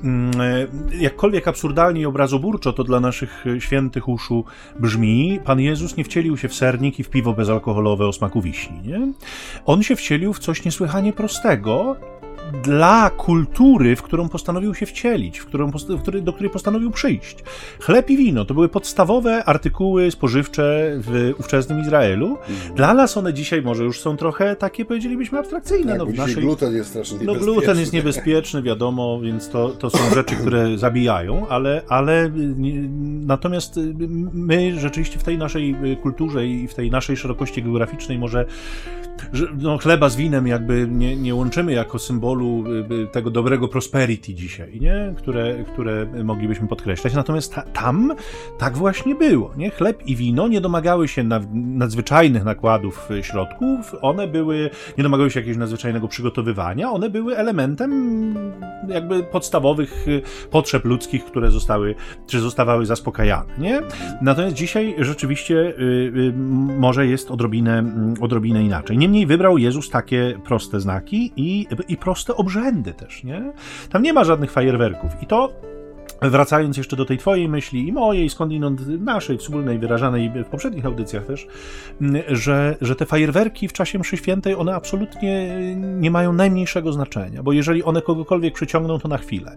jakkolwiek absurdalnie i obrazoburczo to dla naszych świętych uszu brzmi, Pan Jezus nie wcielił się w sernik i w piwo bezalkoholowe o smaku wiśni, nie? On się wcielił w coś niesłychanie prostego, dla kultury, w którą postanowił się wcielić, w którą, w który, do której postanowił przyjść. Chleb i wino to były podstawowe artykuły spożywcze w ówczesnym Izraelu. Mm. Dla nas one dzisiaj może już są trochę takie, powiedzielibyśmy, abstrakcyjne. Tak, no, w naszej... gluten jest strasznie No gluten jest niebezpieczny, wiadomo, więc to, to są rzeczy, które zabijają, ale, ale natomiast my rzeczywiście w tej naszej kulturze i w tej naszej szerokości geograficznej może że, no, chleba z winem jakby nie, nie łączymy jako symbolu tego dobrego prosperity dzisiaj, nie? Które, które moglibyśmy podkreślać. Natomiast ta, tam tak właśnie było. Nie? Chleb i wino nie domagały się na, nadzwyczajnych nakładów środków, one były, nie domagały się jakiegoś nadzwyczajnego przygotowywania, one były elementem jakby podstawowych potrzeb ludzkich, które zostały, czy zostawały zaspokajane. Nie? Natomiast dzisiaj rzeczywiście y, y, może jest odrobinę, odrobinę inaczej. Niemniej wybrał Jezus takie proste znaki i, i proste obrzędy też, nie? Tam nie ma żadnych fajerwerków. I to, wracając jeszcze do tej twojej myśli i mojej, skądinąd naszej, wspólnej, wyrażanej w poprzednich audycjach też, że, że te fajerwerki w czasie mszy świętej, one absolutnie nie mają najmniejszego znaczenia, bo jeżeli one kogokolwiek przyciągną, to na chwilę.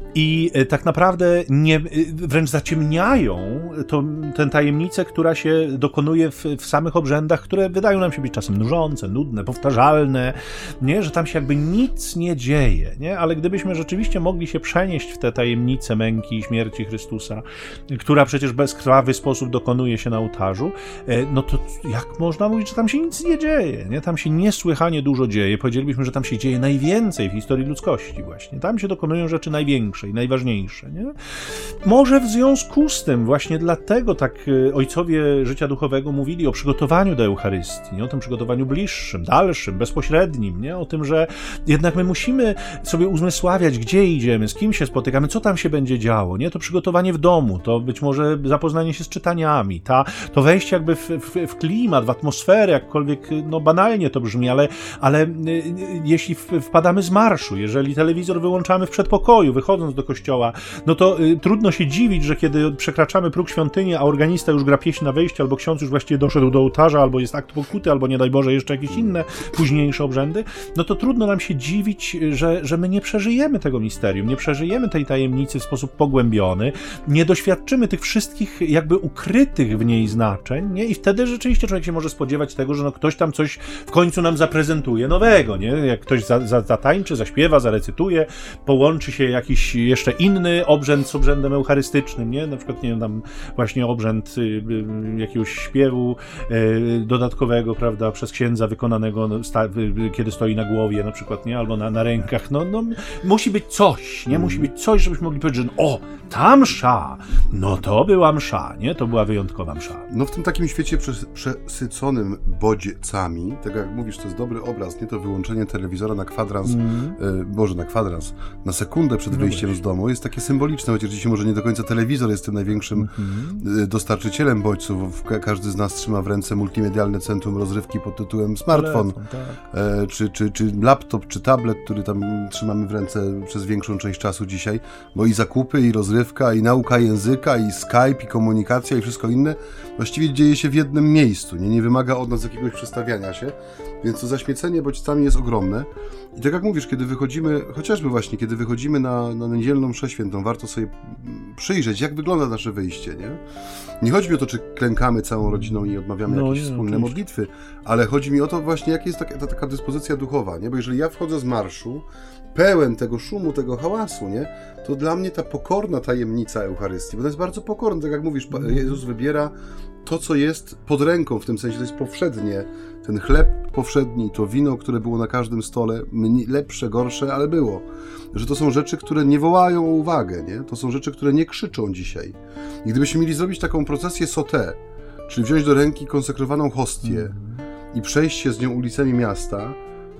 I tak naprawdę nie, wręcz zaciemniają to, tę tajemnicę, która się dokonuje w, w samych obrzędach, które wydają nam się być czasem nużące, nudne, powtarzalne, nie? Że tam się jakby nic nie dzieje, nie? Ale gdybyśmy rzeczywiście mogli się przenieść w te tajemnice męki i śmierci Chrystusa, która przecież w bezkrwawy sposób dokonuje się na ołtarzu, no to jak można mówić, że tam się nic nie dzieje, nie? Tam się niesłychanie dużo dzieje. Powiedzielibyśmy, że tam się dzieje najwięcej w historii ludzkości właśnie. Tam się dokonują rzeczy największe i najważniejsze, nie? Może w związku z tym, właśnie dlatego tak ojcowie życia duchowego mówili o przygotowaniu do Eucharystii, nie? O tym przygotowaniu bliższym, dalszym, bezpośrednim, nie? O tym, że jednak my musimy sobie uzmysławiać, gdzie idziemy, z kim się spotykamy, co tam się będzie działo, nie? To przygotowanie w domu, to być może zapoznanie się z czytaniami, ta, to wejście jakby w, w, w klimat, w atmosferę, jakkolwiek no banalnie to brzmi, ale, ale y, jeśli w, wpadamy z marszu, jeżeli telewizor wyłączamy w przedpokoju, wychodząc do kościoła, no to y, trudno się dziwić, że kiedy przekraczamy próg świątyni, a organista już gra pieśń na wejście, albo ksiądz już właściwie doszedł do ołtarza, albo jest akt pokuty, albo nie daj Boże jeszcze jakieś inne późniejsze obrzędy, no to trudno nam się dziwić, że, że my nie przeżyjemy tego misterium, nie przeżyjemy tej tajemnicy w sposób pogłębiony, nie doświadczymy tych wszystkich jakby ukrytych w niej znaczeń, nie? I wtedy rzeczywiście człowiek się może spodziewać tego, że no ktoś tam coś w końcu nam zaprezentuje nowego, nie? Jak ktoś za, za, zatańczy, zaśpiewa, zarecytuje, połączy się jakiś jeszcze inny obrzęd z obrzędem eucharystycznym, nie? Na przykład, nie wiem, tam właśnie obrzęd y, y, jakiegoś śpiewu y, dodatkowego, prawda, przez księdza wykonanego, no, sta, y, kiedy stoi na głowie na przykład, nie? Albo na, na rękach, no, no musi być coś, nie? Musi być coś, żebyśmy mogli powiedzieć, że o, ta msza, no to była msza, nie? To była wyjątkowa msza. No w tym takim świecie przesyconym bodźcami, tak jak mówisz, to jest dobry obraz, nie? To wyłączenie telewizora na kwadrans, mm. y, Boże, na kwadrans, na sekundę przed no wyjściem właśnie. z domu jest takie symboliczne, chociaż dzisiaj może nie do końca telewizor jest tym największym mm-hmm. y, dostarczycielem bodźców. Ka- każdy z nas trzyma w ręce multimedialne centrum rozrywki pod tytułem smartfon, Telefon, tak. y, czy, czy, czy laptop, czy tablet, który tam trzymamy w ręce przez większą część czasu dzisiaj, bo i zakupy, i rozrywka, i nauka języka, i Skype, i komunikacja, i wszystko inne właściwie dzieje się w jednym miejscu, nie, nie wymaga od nas jakiegoś przestawiania się, więc to zaśmiecenie bodźcami jest ogromne. I tak jak mówisz, kiedy wychodzimy, chociażby właśnie, kiedy wychodzimy na, na niedzielną mszę świętą, warto sobie przyjrzeć, jak wygląda nasze wyjście, nie? Nie chodzi mi o to, czy klękamy całą rodziną i odmawiamy no, jakieś nie, wspólne oczywiście. modlitwy, ale chodzi mi o to właśnie, jaka jest taka, ta, taka dyspozycja duchowa, nie? Bo jeżeli ja wchodzę z marszu, pełen tego szumu, tego hałasu, nie? To dla mnie ta pokorna tajemnica Eucharystii, bo to jest bardzo pokorna, tak jak mówisz, Jezus wybiera to, co jest pod ręką, w tym sensie to jest powszednie, ten chleb powszedni, to wino, które było na każdym stole, lepsze, gorsze, ale było. Że to są rzeczy, które nie wołają o uwagę, nie? To są rzeczy, które nie krzyczą dzisiaj. I gdybyśmy mieli zrobić taką procesję sauté, czyli wziąć do ręki konsekrowaną hostię mm. i przejść się z nią ulicami miasta,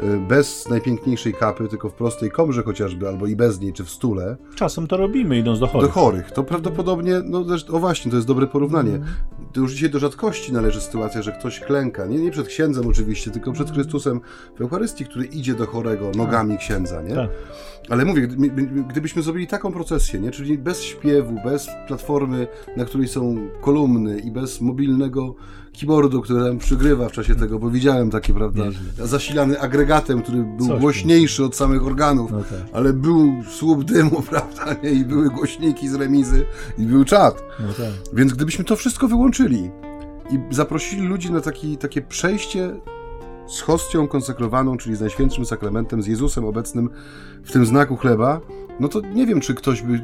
bez najpiękniejszej kapy, tylko w prostej komrze chociażby, albo i bez niej, czy w stule. Czasem to robimy, idąc do chorych. Do chorych. To prawdopodobnie, no o właśnie, to jest dobre porównanie. to już dzisiaj do rzadkości należy sytuacja, że ktoś klęka, nie, nie przed księdzem oczywiście, tylko przed Chrystusem w Eucharystii, który idzie do chorego nogami księdza, nie? Tak. Ale mówię, gdybyśmy zrobili taką procesję, nie? Czyli bez śpiewu, bez platformy, na której są kolumny i bez mobilnego keyboardu, który nam przygrywa w czasie tego, bo widziałem takie, prawda, zasilany agregatem, który był Coś głośniejszy od samych organów, no tak. ale był słup dymu, prawda, nie? I były głośniki z remizy i był czat. No tak. Więc gdybyśmy to wszystko wyłączyli i zaprosili ludzi na taki, takie przejście z hostią konsekrowaną, czyli z Najświętszym Sakramentem, z Jezusem obecnym w tym znaku chleba, no to nie wiem, czy ktoś by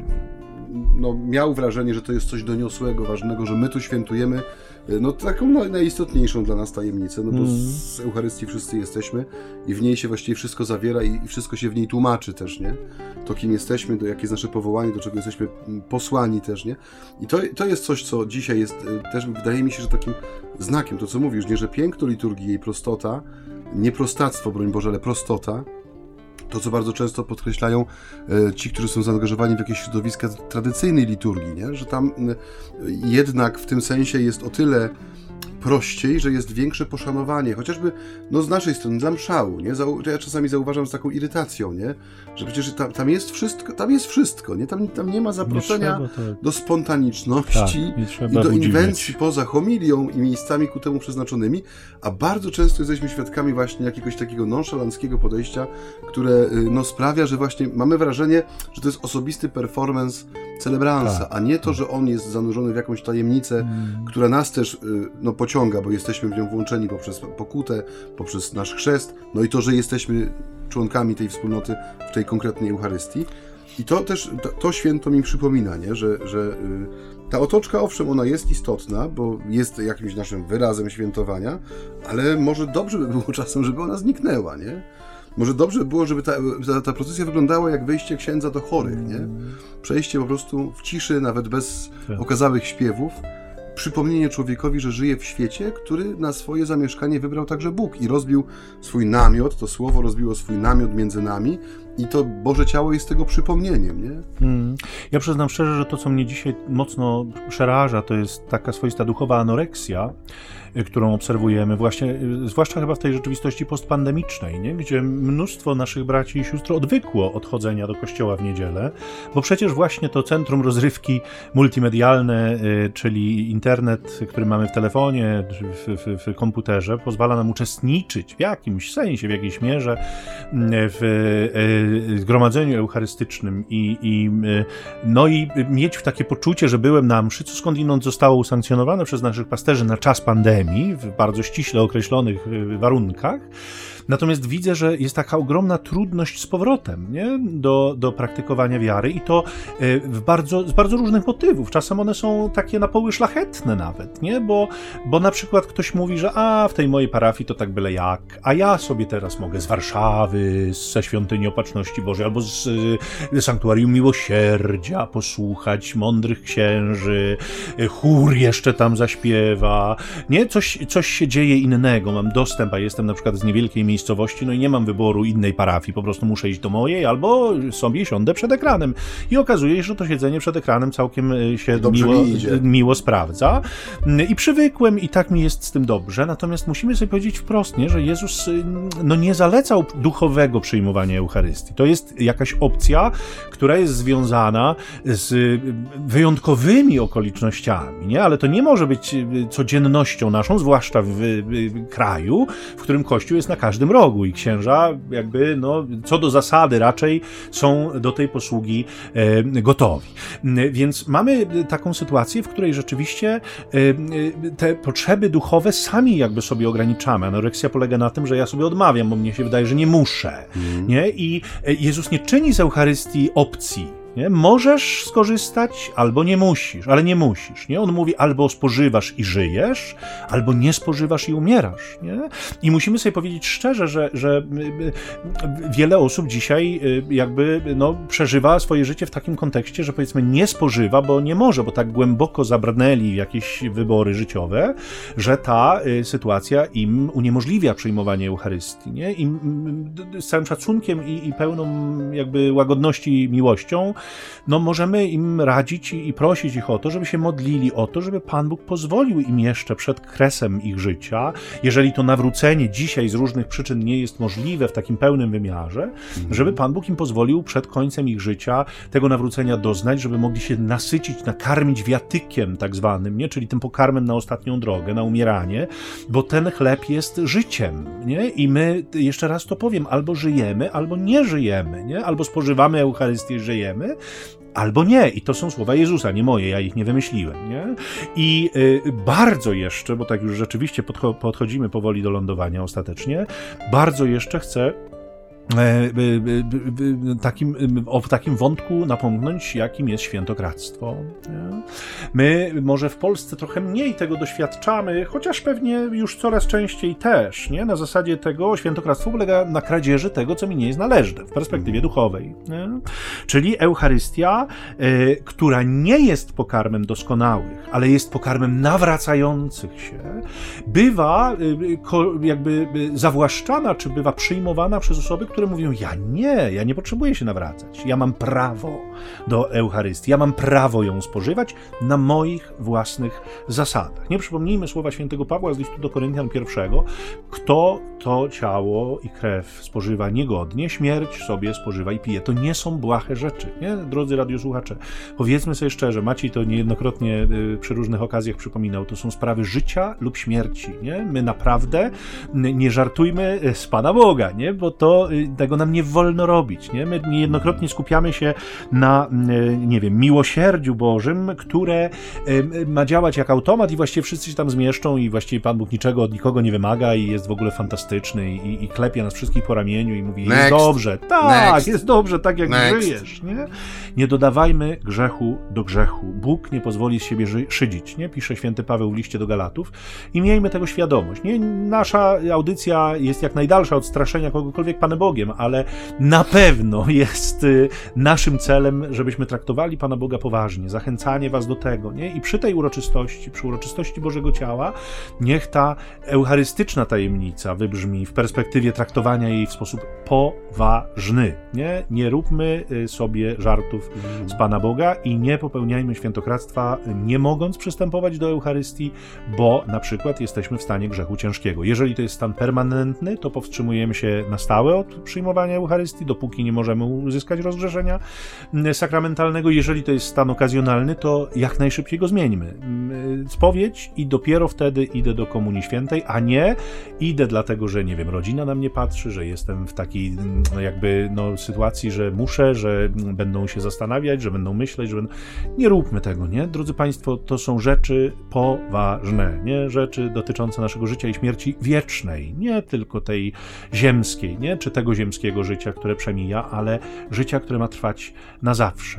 no, miał wrażenie, że to jest coś doniosłego, ważnego, że my tu świętujemy no, taką no, najistotniejszą dla nas tajemnicę, no bo mm. z Eucharystii wszyscy jesteśmy i w niej się właściwie wszystko zawiera i, i wszystko się w niej tłumaczy też, nie? To, kim jesteśmy, do jakie jest nasze powołanie, do czego jesteśmy posłani też, nie? I to, to jest coś, co dzisiaj jest też, wydaje mi się, że takim znakiem, to co mówisz, nie, że piękno liturgii, jej prostota, nie prostactwo, broń Boże, ale prostota, to, co bardzo często podkreślają e, ci, którzy są zaangażowani w jakieś środowiska tradycyjnej liturgii, nie? Że tam e, jednak w tym sensie jest o tyle prościej, że jest większe poszanowanie, chociażby no, z naszej strony dla mszału, nie? Zau- ja czasami zauważam z taką irytacją, nie? Że przecież tam, tam jest wszystko, tam jest wszystko, nie? Tam, tam nie ma zaproszenia nie trzeba, tak. do spontaniczności tak, i do inwencji poza homilią i miejscami ku temu przeznaczonymi, a bardzo często jesteśmy świadkami właśnie jakiegoś takiego nonszalanckiego podejścia, które no, sprawia, że właśnie mamy wrażenie, że to jest osobisty performance celebransa, tak. a nie to, że on jest zanurzony w jakąś tajemnicę, hmm. która nas też no, pociąga, bo jesteśmy w nią włączeni poprzez pokutę, poprzez nasz chrzest, no i to, że jesteśmy członkami tej wspólnoty w tej konkretnej Eucharystii. I to też, to, to święto mi przypomina, nie? Że, że y, ta otoczka, owszem, ona jest istotna, bo jest jakimś naszym wyrazem świętowania, ale może dobrze by było czasem, żeby ona zniknęła, nie? Może dobrze by było, żeby ta, ta, ta procesja wyglądała jak wejście księdza do chorych, nie? Przejście po prostu w ciszy, nawet bez okazałych śpiewów, przypomnienie człowiekowi, że żyje w świecie, który na swoje zamieszkanie wybrał także Bóg i rozbił swój namiot, to słowo rozbiło swój namiot między nami i to Boże ciało jest tego przypomnieniem, nie? Hmm. Ja przyznam szczerze, że to, co mnie dzisiaj mocno przeraża, to jest taka swoista duchowa anoreksja, którą obserwujemy, właśnie, zwłaszcza chyba w tej rzeczywistości postpandemicznej, nie? Gdzie mnóstwo naszych braci i sióstr odwykło od chodzenia do kościoła w niedzielę, bo przecież właśnie to centrum rozrywki multimedialne, czyli internet, który mamy w telefonie, w, w, w komputerze, pozwala nam uczestniczyć w jakimś sensie, w jakiejś mierze w zgromadzeniu eucharystycznym i, i, no i mieć takie poczucie, że byłem na mszy, co skądinąd zostało usankcjonowane przez naszych pasterzy na czas pandemii, w bardzo ściśle określonych warunkach. Natomiast widzę, że jest taka ogromna trudność z powrotem, nie? Do, do praktykowania wiary i to w bardzo, z bardzo różnych motywów. Czasem one są takie na poły szlachetne nawet, nie? Bo, bo na przykład ktoś mówi, że a w tej mojej parafii to tak byle jak, a ja sobie teraz mogę z Warszawy, ze Świątyni Opatrzności Bożej albo z, z Sanktuarium Miłosierdzia posłuchać mądrych księży, chór jeszcze tam zaśpiewa, nie? Coś, coś się dzieje innego, mam dostęp, a jestem na przykład z niewielkiej miejscowości, no i nie mam wyboru innej parafii, po prostu muszę iść do mojej, albo sobie siądę przed ekranem. I okazuje się, że to siedzenie przed ekranem całkiem się miło, miło sprawdza. I przywykłem i tak mi jest z tym dobrze, natomiast musimy sobie powiedzieć wprost, nie, że Jezus no, nie zalecał duchowego przyjmowania Eucharystii. To jest jakaś opcja, która jest związana z wyjątkowymi okolicznościami, nie? Ale to nie może być codziennością naszą, zwłaszcza w kraju, w którym Kościół jest na każdym rogu i księża jakby, no, co do zasady raczej są do tej posługi e, gotowi. Więc mamy taką sytuację, w której rzeczywiście e, te potrzeby duchowe sami jakby sobie ograniczamy. Anoreksja polega na tym, że ja sobie odmawiam, bo mnie się wydaje, że nie muszę. Mm. Nie? I Jezus nie czyni z Eucharystii opcji. Nie? Możesz skorzystać, albo nie musisz, ale nie musisz. Nie? On mówi, albo spożywasz i żyjesz, albo nie spożywasz i umierasz. Nie? I musimy sobie powiedzieć szczerze, że, że wiele osób dzisiaj jakby no, przeżywa swoje życie w takim kontekście, że powiedzmy nie spożywa, bo nie może, bo tak głęboko zabrnęli w jakieś wybory życiowe, że ta sytuacja im uniemożliwia przyjmowanie Eucharystii. Nie? I z całym szacunkiem i, i pełną jakby łagodności i miłością no możemy im radzić i, i prosić ich o to, żeby się modlili o to, żeby Pan Bóg pozwolił im jeszcze przed kresem ich życia, jeżeli to nawrócenie dzisiaj z różnych przyczyn nie jest możliwe w takim pełnym wymiarze, mhm. żeby Pan Bóg im pozwolił przed końcem ich życia tego nawrócenia doznać, żeby mogli się nasycić, nakarmić wiatykiem tak zwanym, nie? Czyli tym pokarmem na ostatnią drogę, na umieranie, bo ten chleb jest życiem, nie? I my, jeszcze raz to powiem, albo żyjemy, albo nie żyjemy, nie? Albo spożywamy Eucharystię i żyjemy, albo nie. I to są słowa Jezusa, nie moje, ja ich nie wymyśliłem, nie? I y, bardzo jeszcze, bo tak już rzeczywiście podcho- podchodzimy powoli do lądowania ostatecznie, bardzo jeszcze chcę Takim, o takim wątku napomknąć, jakim jest świętokradztwo. Nie? My może w Polsce trochę mniej tego doświadczamy, chociaż pewnie już coraz częściej też. Nie? Na zasadzie tego świętokradztwo polega na kradzieży tego, co mi nie jest należne w perspektywie duchowej. Nie? Czyli Eucharystia, y, która nie jest pokarmem doskonałych, ale jest pokarmem nawracających się, bywa y, ko, jakby y, zawłaszczana, czy bywa przyjmowana przez osoby, które mówią, ja nie, ja nie potrzebuję się nawracać, ja mam prawo do Eucharystii, ja mam prawo ją spożywać na moich własnych zasadach. Nie przypomnijmy słowa świętego Pawła z listu do Koryntian pierwszego, kto to ciało i krew spożywa niegodnie, śmierć sobie spożywa i pije. To nie są błahe rzeczy, nie? Drodzy radiosłuchacze, powiedzmy sobie szczerze, Maciej to niejednokrotnie przy różnych okazjach przypominał, to są sprawy życia lub śmierci, nie? My naprawdę nie żartujmy z Pana Boga, nie? Bo to tego nam nie wolno robić, nie? My niejednokrotnie skupiamy się na, nie wiem, miłosierdziu Bożym, które ma działać jak automat i właściwie wszyscy się tam zmieszczą i właściwie Pan Bóg niczego od nikogo nie wymaga i jest w ogóle fantastyczny i, i klepie nas wszystkich po ramieniu i mówi, Next. jest dobrze, tak, Next. jest dobrze, tak jak Next. żyjesz, nie? Nie dodawajmy grzechu do grzechu. Bóg nie pozwoli z siebie ży- szydzić, nie? Pisze święty Paweł w liście do Galatów i miejmy tego świadomość, nie? Nasza audycja jest jak najdalsza od straszenia kogokolwiek Panem Bogiem, ale na pewno jest naszym celem, żebyśmy traktowali Pana Boga poważnie, zachęcanie was do tego, nie? I przy tej uroczystości, przy uroczystości Bożego Ciała, niech ta eucharystyczna tajemnica wybrzmi w perspektywie traktowania jej w sposób poważny, nie? Nie róbmy sobie żartów z Pana Boga i nie popełniajmy świętokradztwa, nie mogąc przystępować do Eucharystii, bo na przykład jesteśmy w stanie grzechu ciężkiego. Jeżeli to jest stan permanentny, to powstrzymujemy się na stałe od przyjmowania Eucharystii, dopóki nie możemy uzyskać rozgrzeszenia sakramentalnego. Jeżeli to jest stan okazjonalny, to jak najszybciej go zmieńmy. Spowiedź i dopiero wtedy idę do Komunii Świętej, a nie idę dlatego, że nie wiem, rodzina na mnie patrzy, że jestem w takiej no jakby no, sytuacji, że muszę, że będą się zastanawiać, że będą myśleć, że będą... Nie róbmy tego, nie? Drodzy Państwo, to są rzeczy poważne, nie? Rzeczy dotyczące naszego życia i śmierci wiecznej, nie tylko tej ziemskiej, nie? Czy tego ziemskiego życia, które przemija, ale życia, które ma trwać na zawsze.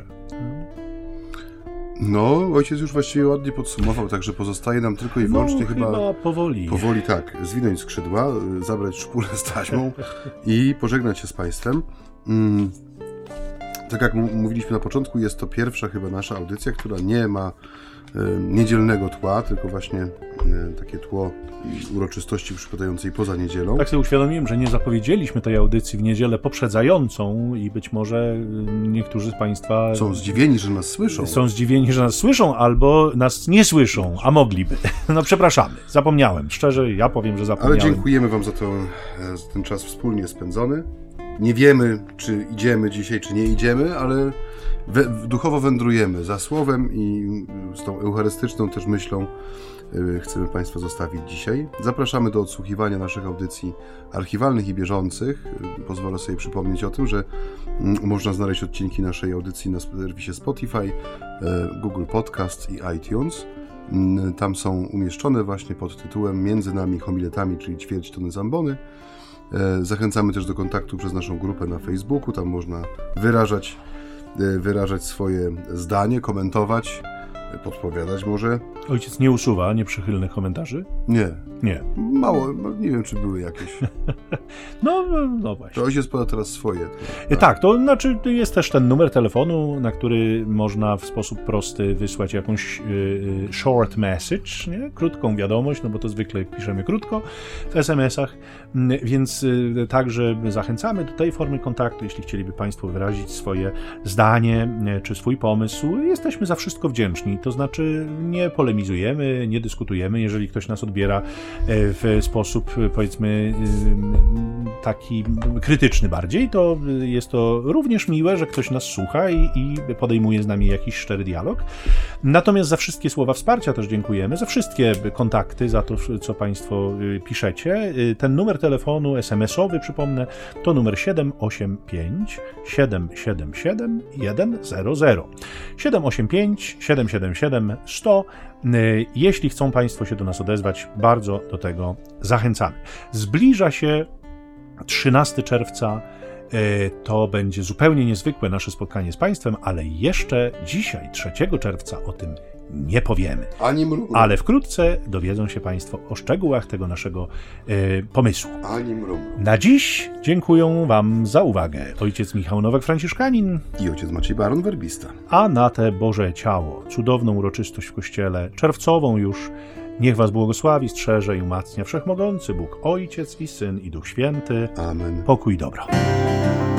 No, ojciec już właściwie ładnie podsumował, także pozostaje nam tylko i wyłącznie no, chyba, chyba powoli. Powoli tak, zwinąć skrzydła, zabrać szpulę z taśmą i pożegnać się z Państwem. Mm, tak jak m- mówiliśmy na początku, jest to pierwsza chyba nasza audycja, która nie ma y, niedzielnego tła, tylko właśnie y, takie tło uroczystości przypadającej poza niedzielą. Tak sobie uświadomiłem, że nie zapowiedzieliśmy tej audycji w niedzielę poprzedzającą i być może niektórzy z Państwa Są zdziwieni, że nas słyszą. Są zdziwieni, że nas słyszą, albo nas nie słyszą, a mogliby. No przepraszamy, zapomniałem. Szczerze, ja powiem, że zapomniałem. Ale dziękujemy Wam za, to, za ten czas wspólnie spędzony. Nie wiemy, czy idziemy dzisiaj, czy nie idziemy, ale we, duchowo wędrujemy za słowem i z tą eucharystyczną też myślą chcemy Państwa zostawić dzisiaj. Zapraszamy do odsłuchiwania naszych audycji archiwalnych i bieżących. Pozwolę sobie przypomnieć o tym, że można znaleźć odcinki naszej audycji na serwisie Spotify, Google Podcast i iTunes. Tam są umieszczone właśnie pod tytułem Między nami homiletami, czyli ćwierć tony zambony. Zachęcamy też do kontaktu przez naszą grupę na Facebooku. Tam można wyrażać, wyrażać swoje zdanie, komentować, podpowiadać może. Ojciec nie usuwa nieprzychylnych komentarzy? Nie. Nie. Mało, nie wiem, czy były jakieś. No, no właśnie. To ojciec podał teraz swoje. Tak. tak, to znaczy jest też ten numer telefonu, na który można w sposób prosty wysłać jakąś y, short message, nie? Krótką wiadomość, no bo to zwykle piszemy krótko w es em esach, więc y, także zachęcamy do tej formy kontaktu, jeśli chcieliby Państwo wyrazić swoje zdanie czy swój pomysł. Jesteśmy za wszystko wdzięczni, to znaczy nie polemizujemy, nie dyskutujemy, jeżeli ktoś nas odbiera w sposób, powiedzmy, taki krytyczny bardziej, to jest to również miłe, że ktoś nas słucha i, i podejmuje z nami jakiś szczery dialog. Natomiast za wszystkie słowa wsparcia też dziękujemy, za wszystkie kontakty, za to, co Państwo piszecie. Ten numer telefonu es em esowy, przypomnę, to numer siedem osiem pięć siedem siedem siedem jeden zero zero. siedem osiem pięć siedem siedem siedem sto. Jeśli chcą Państwo się do nas odezwać, bardzo do tego zachęcamy. Zbliża się trzynastego czerwca. To będzie zupełnie niezwykłe nasze spotkanie z Państwem, ale jeszcze dzisiaj, trzeciego czerwca, o tym nie powiemy. Ani mrumu. Ale wkrótce dowiedzą się Państwo o szczegółach tego naszego e, pomysłu. Ani mrumu. Na dziś dziękuję Wam za uwagę. Ojciec Michał Nowak-Franciszkanin i ojciec Maciej Baron, werbista. A na te Boże Ciało, cudowną uroczystość w Kościele, czerwcową już, niech Was błogosławi, strzeże i umacnia Wszechmogący Bóg, Ojciec i Syn i Duch Święty. Amen. Pokój i dobro.